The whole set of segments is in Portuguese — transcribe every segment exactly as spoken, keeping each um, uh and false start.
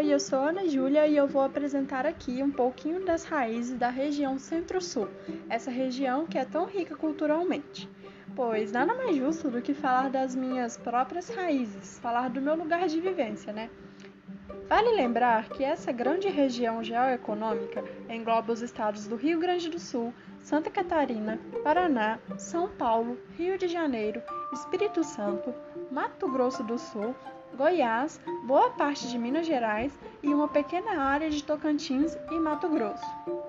Oi, eu sou Ana Júlia e eu vou apresentar aqui um pouquinho das raízes da região Centro-Sul, essa região que é tão rica culturalmente. Pois nada mais justo do que falar das minhas próprias raízes, falar do meu lugar de vivência, né? Vale lembrar que essa grande região geoeconômica engloba os estados do Rio Grande do Sul, Santa Catarina, Paraná, São Paulo, Rio de Janeiro, Espírito Santo, Mato Grosso do Sul, Goiás, boa parte de Minas Gerais e uma pequena área de Tocantins e Mato Grosso.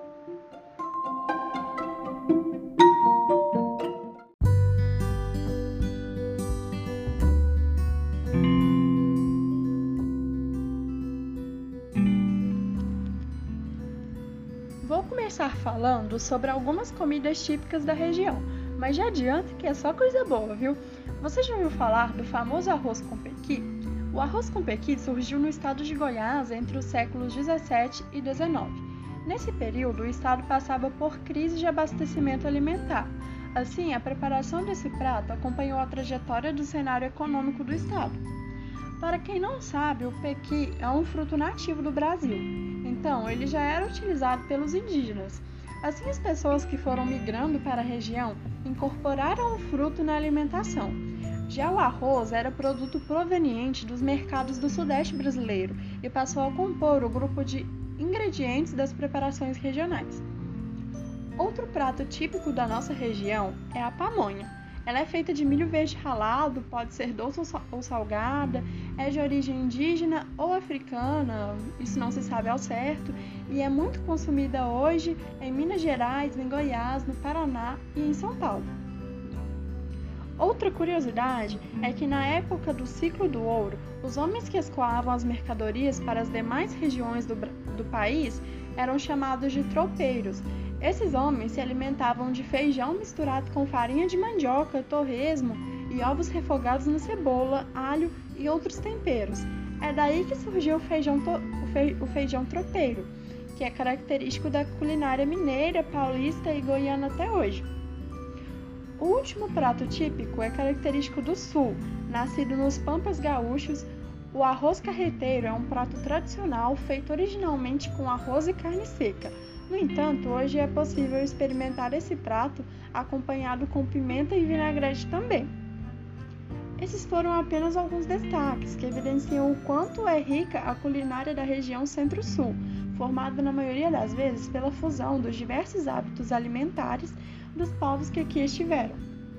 Vou começar falando sobre algumas comidas típicas da região, mas já adianto que é só coisa boa, viu? Você já ouviu falar do famoso arroz com pequi? O arroz com pequi surgiu no estado de Goiás entre os séculos dezessete e dezenove. Nesse período, o estado passava por crise de abastecimento alimentar. Assim, a preparação desse prato acompanhou a trajetória do cenário econômico do estado. Para quem não sabe, o pequi é um fruto nativo do Brasil. Então, ele já era utilizado pelos indígenas. Assim, as pessoas que foram migrando para a região incorporaram o fruto na alimentação. Já o arroz era produto proveniente dos mercados do Sudeste brasileiro e passou a compor o grupo de ingredientes das preparações regionais. Outro prato típico da nossa região é a pamonha. Ela é feita de milho verde ralado, pode ser doce ou salgada, é de origem indígena ou africana, isso não se sabe ao certo, e é muito consumida hoje em Minas Gerais, em Goiás, no Paraná e em São Paulo. Outra curiosidade é que na época do ciclo do ouro, os homens que escoavam as mercadorias para as demais regiões do, do país eram chamados de tropeiros. Esses homens se alimentavam de feijão misturado com farinha de mandioca, torresmo e ovos refogados na cebola, alho e outros temperos. É daí que surgiu o feijão, to, o fe, o feijão tropeiro, que é característico da culinária mineira, paulista e goiana até hoje. O último prato típico é característico do sul, nascido nos Pampas Gaúchos. O arroz carreteiro é um prato tradicional feito originalmente com arroz e carne seca. No entanto, hoje é possível experimentar esse prato acompanhado com pimenta e vinagrete também. Esses foram apenas alguns destaques que evidenciam o quanto é rica a culinária da região Centro-Sul, formada na maioria das vezes pela fusão dos diversos hábitos alimentares dos povos que aqui estiveram.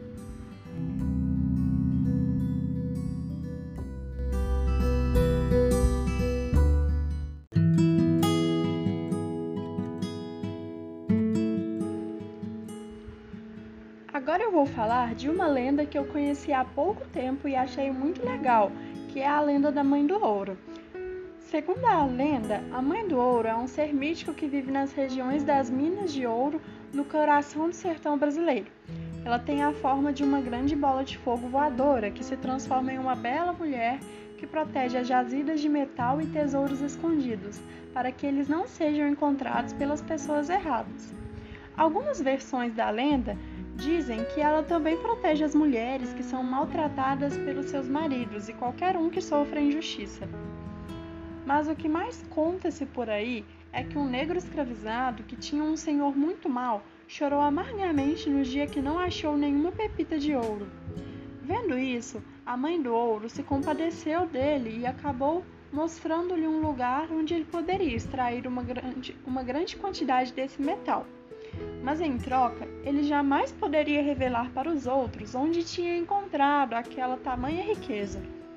Agora eu vou falar de uma lenda que eu conheci há pouco tempo e achei muito legal, que é a lenda da Mãe do Ouro. Segundo a lenda, a Mãe do Ouro é um ser mítico que vive nas regiões das Minas de Ouro, no coração do sertão brasileiro. Ela tem a forma de uma grande bola de fogo voadora que se transforma em uma bela mulher que protege as jazidas de metal e tesouros escondidos, para que eles não sejam encontrados pelas pessoas erradas. Algumas versões da lenda dizem que ela também protege as mulheres que são maltratadas pelos seus maridos e qualquer um que sofra injustiça. Mas o que mais conta-se por aí é que um negro escravizado que tinha um senhor muito mau chorou amargamente no dia que não achou nenhuma pepita de ouro. Vendo isso, a Mãe do Ouro se compadeceu dele e acabou mostrando-lhe um lugar onde ele poderia extrair uma grande, uma grande quantidade desse metal. Mas em troca, ele jamais poderia revelar para os outros onde tinha encontrado aquela tamanha riqueza.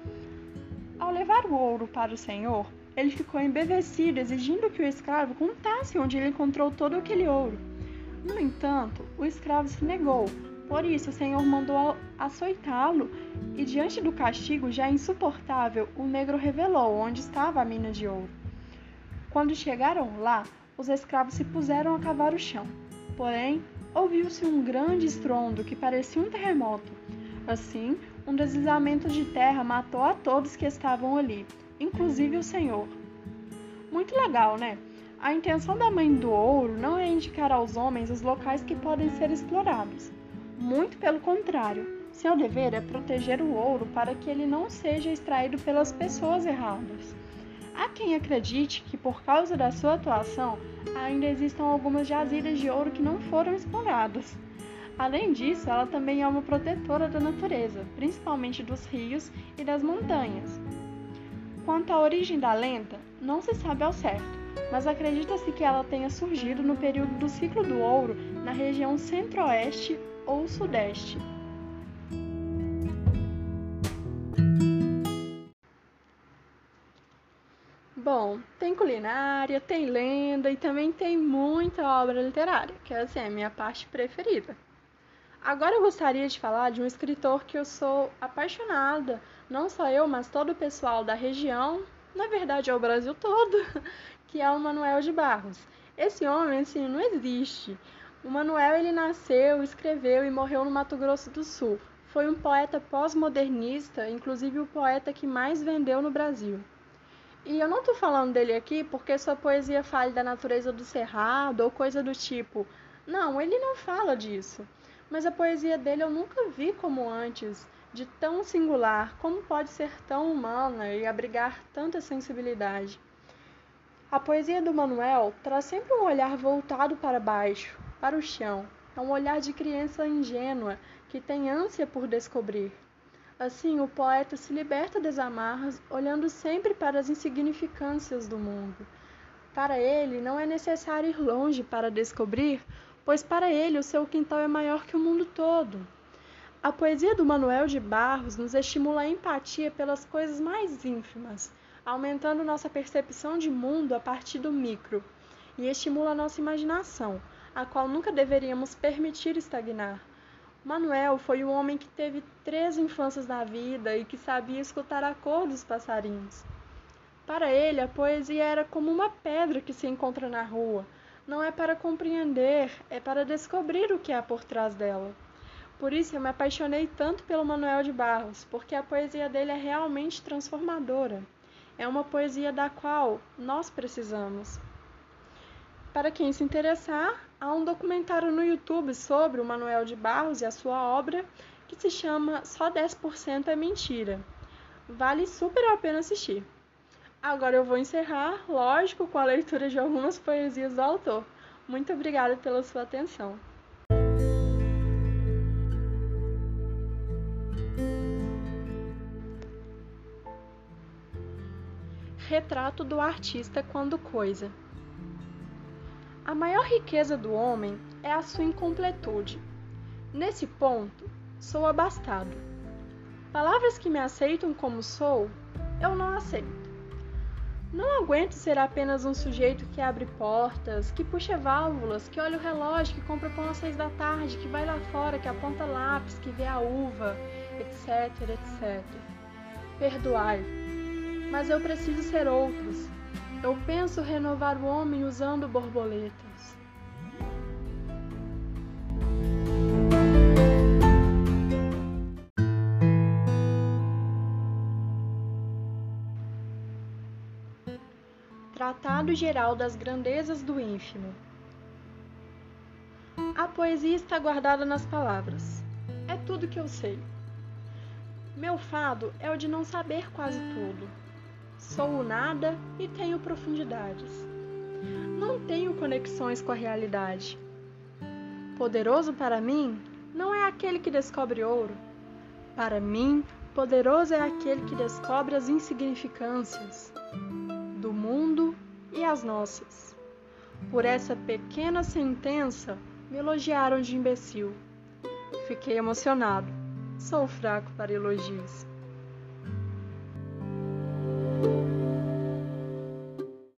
Ao levar o ouro para o senhor, ele ficou embevecido, exigindo que o escravo contasse onde ele encontrou todo aquele ouro. No entanto, o escravo se negou, por isso o senhor mandou açoitá-lo e, diante do castigo já insuportável, o negro revelou onde estava a mina de ouro. Quando chegaram lá, os escravos se puseram a cavar o chão. Porém, ouviu-se um grande estrondo que parecia um terremoto. Assim, um deslizamento de terra matou a todos que estavam ali, inclusive o senhor. Muito legal, né? A intenção da Mãe do Ouro não é indicar aos homens os locais que podem ser explorados. Muito pelo contrário, seu dever é proteger o ouro para que ele não seja extraído pelas pessoas erradas. Há quem acredite que, por causa da sua atuação, ainda existam algumas jazidas de ouro que não foram exploradas. Além disso, ela também é uma protetora da natureza, principalmente dos rios e das montanhas. Quanto à origem da lenda, não se sabe ao certo, mas acredita-se que ela tenha surgido no período do ciclo do ouro na região centro-oeste ou sudeste. Bom, tem culinária, tem lenda e também tem muita obra literária, que essa é a minha parte preferida. Agora eu gostaria de falar de um escritor que eu sou apaixonada, não só eu, mas todo o pessoal da região, na verdade é o Brasil todo, que é o Manuel de Barros. Esse homem, assim, não existe. O Manuel, ele nasceu, escreveu e morreu no Mato Grosso do Sul. Foi um poeta pós-modernista, inclusive o poeta que mais vendeu no Brasil. E eu não estou falando dele aqui porque sua poesia fale da natureza do cerrado ou coisa do tipo. Não, ele não fala disso. Mas a poesia dele eu nunca vi como antes, de tão singular, como pode ser tão humana e abrigar tanta sensibilidade. A poesia do Manuel traz sempre um olhar voltado para baixo, para o chão. É um olhar de criança ingênua que tem ânsia por descobrir. Assim, o poeta se liberta das amarras, olhando sempre para as insignificâncias do mundo. Para ele, não é necessário ir longe para descobrir, pois para ele o seu quintal é maior que o mundo todo. A poesia do Manuel de Barros nos estimula a empatia pelas coisas mais ínfimas, aumentando nossa percepção de mundo a partir do micro, e estimula a nossa imaginação, a qual nunca deveríamos permitir estagnar. Manuel foi o homem que teve três infâncias na vida e que sabia escutar a cor dos passarinhos. Para ele, a poesia era como uma pedra que se encontra na rua. Não é para compreender, é para descobrir o que há por trás dela. Por isso eu me apaixonei tanto pelo Manuel de Barros, porque a poesia dele é realmente transformadora. É uma poesia da qual nós precisamos. Para quem se interessar, há um documentário no YouTube sobre o Manuel de Barros e a sua obra, que se chama Só dez por cento é Mentira. Vale super a pena assistir. Agora eu vou encerrar, lógico, com a leitura de algumas poesias do autor. Muito obrigada pela sua atenção. Retrato do artista quando coisa. A maior riqueza do homem é a sua incompletude. Nesse ponto, sou abastado. Palavras que me aceitam como sou, eu não aceito. Não aguento ser apenas um sujeito que abre portas, que puxa válvulas, que olha o relógio, que compra pão às seis da tarde, que vai lá fora, que aponta lápis, que vê a uva, etc, etcétera. Perdoai, mas eu preciso ser outros. Eu penso renovar o homem usando borboletas. Tratado geral das grandezas do ínfimo. A poesia está guardada nas palavras. É tudo que eu sei. Meu fado é o de não saber quase tudo. Sou o nada e tenho profundidades. Não tenho conexões com a realidade. Poderoso para mim não é aquele que descobre ouro. Para mim, poderoso é aquele que descobre as insignificâncias do mundo e as nossas. Por essa pequena sentença, me elogiaram de imbecil. Fiquei emocionado. Sou fraco para elogios.